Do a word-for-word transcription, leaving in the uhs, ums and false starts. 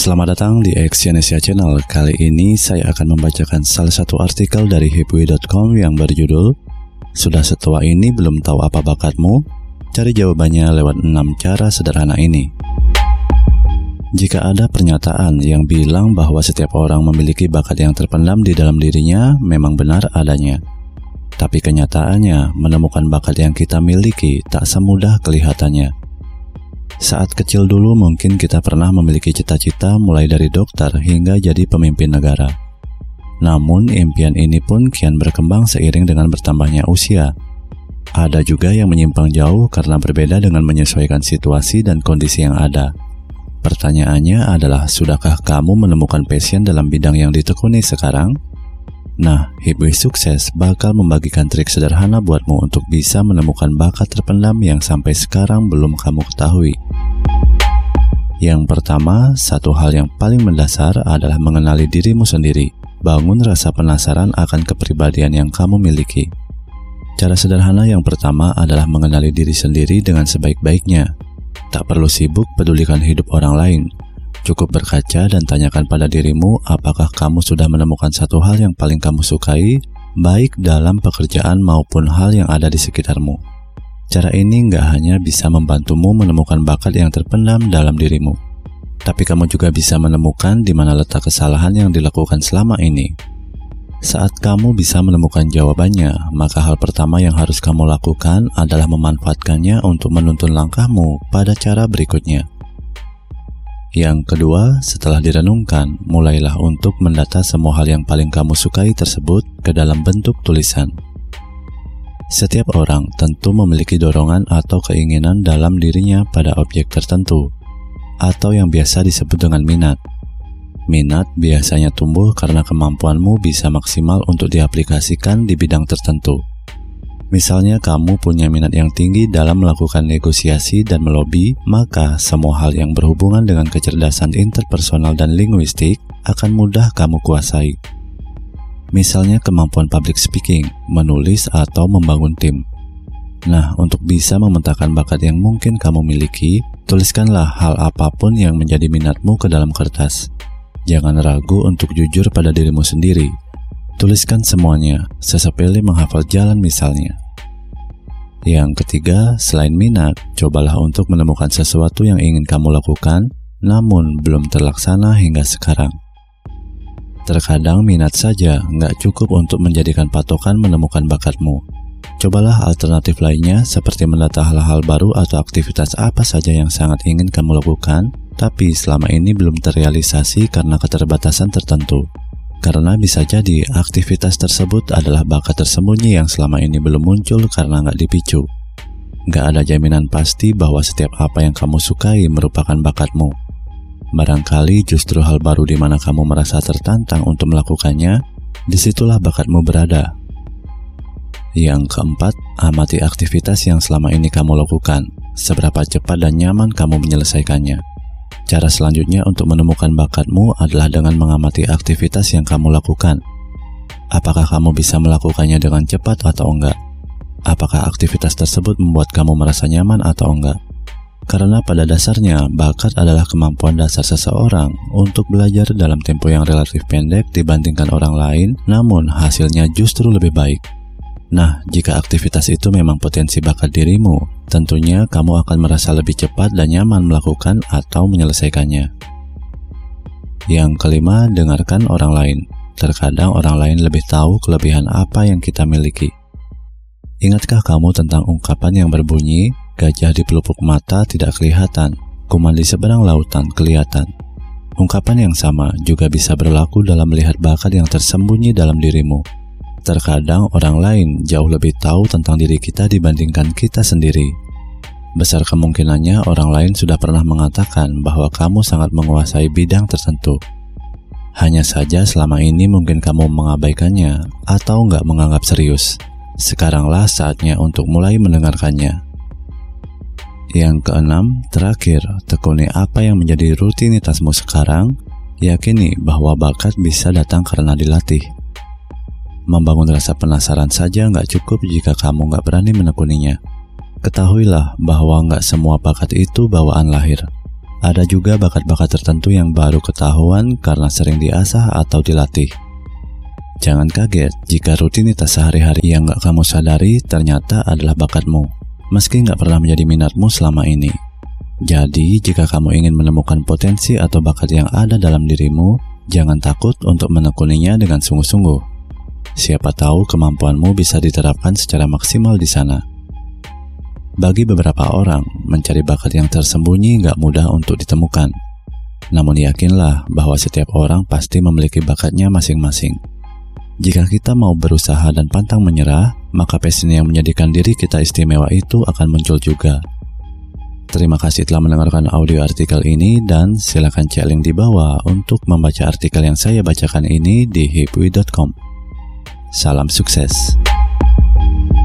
Selamat datang di Exyonesia Channel. Kali ini saya akan membacakan salah satu artikel dari hipwi dot com yang berjudul "Sudah setua ini belum tahu apa bakatmu? Cari jawabannya lewat enam cara sederhana ini." Jika ada pernyataan yang bilang bahwa setiap orang memiliki bakat yang terpendam di dalam dirinya, memang benar adanya. Tapi kenyataannya, menemukan bakat yang kita miliki tak semudah kelihatannya. Saat kecil dulu mungkin kita pernah memiliki cita-cita mulai dari dokter hingga jadi pemimpin negara. Namun impian ini pun kian berkembang seiring dengan bertambahnya usia. Ada juga yang menyimpang jauh karena berbeda dengan menyesuaikan situasi dan kondisi yang ada. Pertanyaannya adalah, sudahkah kamu menemukan passion dalam bidang yang ditekuni sekarang? Nah, Hipwi Sukses bakal membagikan trik sederhana buatmu untuk bisa menemukan bakat terpendam yang sampai sekarang belum kamu ketahui. Yang pertama, satu hal yang paling mendasar adalah mengenali dirimu sendiri. Bangun rasa penasaran akan kepribadian yang kamu miliki. Cara sederhana yang pertama adalah mengenali diri sendiri dengan sebaik-baiknya. Tak perlu sibuk pedulikan hidup orang lain. Cukup berkaca dan tanyakan pada dirimu apakah kamu sudah menemukan satu hal yang paling kamu sukai, baik dalam pekerjaan maupun hal yang ada di sekitarmu. Cara ini nggak hanya bisa membantumu menemukan bakat yang terpendam dalam dirimu, tapi kamu juga bisa menemukan di mana letak kesalahan yang dilakukan selama ini. Saat kamu bisa menemukan jawabannya, maka hal pertama yang harus kamu lakukan adalah memanfaatkannya untuk menuntun langkahmu pada cara berikutnya. Yang kedua, setelah direnungkan, mulailah untuk mendata semua hal yang paling kamu sukai tersebut ke dalam bentuk tulisan. Setiap orang tentu memiliki dorongan atau keinginan dalam dirinya pada objek tertentu, atau yang biasa disebut dengan minat. Minat biasanya tumbuh karena kemampuanmu bisa maksimal untuk diaplikasikan di bidang tertentu. Misalnya kamu punya minat yang tinggi dalam melakukan negosiasi dan melobi, maka semua hal yang berhubungan dengan kecerdasan interpersonal dan linguistik akan mudah kamu kuasai. Misalnya kemampuan public speaking, menulis, atau membangun tim. Nah, untuk bisa memetakan bakat yang mungkin kamu miliki, tuliskanlah hal apapun yang menjadi minatmu ke dalam kertas. Jangan ragu untuk jujur pada dirimu sendiri. Tuliskan semuanya, sesepele menghafal jalan misalnya. Yang ketiga, selain minat, cobalah untuk menemukan sesuatu yang ingin kamu lakukan, namun belum terlaksana hingga sekarang. Terkadang minat saja nggak cukup untuk menjadikan patokan menemukan bakatmu. Cobalah alternatif lainnya seperti mendata hal-hal baru atau aktivitas apa saja yang sangat ingin kamu lakukan, tapi selama ini belum terrealisasi karena keterbatasan tertentu. Karena bisa jadi aktivitas tersebut adalah bakat tersembunyi yang selama ini belum muncul karena nggak dipicu. Nggak ada jaminan pasti bahwa setiap apa yang kamu sukai merupakan bakatmu. Barangkali justru hal baru di mana kamu merasa tertantang untuk melakukannya, disitulah bakatmu berada. Yang keempat, amati aktivitas yang selama ini kamu lakukan, seberapa cepat dan nyaman kamu menyelesaikannya. Cara selanjutnya untuk menemukan bakatmu adalah dengan mengamati aktivitas yang kamu lakukan. Apakah kamu bisa melakukannya dengan cepat atau enggak? Apakah aktivitas tersebut membuat kamu merasa nyaman atau enggak? Karena pada dasarnya, bakat adalah kemampuan dasar seseorang untuk belajar dalam tempo yang relatif pendek dibandingkan orang lain, namun hasilnya justru lebih baik. Nah, jika aktivitas itu memang potensi bakat dirimu, tentunya kamu akan merasa lebih cepat dan nyaman melakukan atau menyelesaikannya. Yang kelima, dengarkan orang lain. Terkadang orang lain lebih tahu kelebihan apa yang kita miliki. Ingatkah kamu tentang ungkapan yang berbunyi, gajah di pelupuk mata tidak kelihatan, kuman di seberang lautan kelihatan? Ungkapan yang sama juga bisa berlaku dalam melihat bakat yang tersembunyi dalam dirimu. Terkadang orang lain jauh lebih tahu tentang diri kita dibandingkan kita sendiri. Besar kemungkinannya orang lain sudah pernah mengatakan bahwa kamu sangat menguasai bidang tertentu. Hanya saja selama ini mungkin kamu mengabaikannya atau nggak menganggap serius. Sekaranglah saatnya untuk mulai mendengarkannya. Yang keenam, terakhir, tekuni apa yang menjadi rutinitasmu sekarang. Yakini bahwa bakat bisa datang karena dilatih. Membangun rasa penasaran saja nggak cukup jika kamu nggak berani menekuninya. Ketahuilah bahwa nggak semua bakat itu bawaan lahir. Ada juga bakat-bakat tertentu yang baru ketahuan karena sering diasah atau dilatih. Jangan kaget jika rutinitas sehari-hari yang gak kamu sadari ternyata adalah bakatmu, meski gak pernah menjadi minatmu selama ini. Jadi, jika kamu ingin menemukan potensi atau bakat yang ada dalam dirimu, jangan takut untuk menekuninya dengan sungguh-sungguh. Siapa tahu kemampuanmu bisa diterapkan secara maksimal di sana. Bagi beberapa orang, mencari bakat yang tersembunyi gak mudah untuk ditemukan. Namun yakinlah bahwa setiap orang pasti memiliki bakatnya masing-masing. Jika kita mau berusaha dan pantang menyerah, maka passion yang menjadikan diri kita istimewa itu akan muncul juga. Terima kasih telah mendengarkan audio artikel ini dan silakan cek link di bawah untuk membaca artikel yang saya bacakan ini di hipwi dot com. Salam sukses.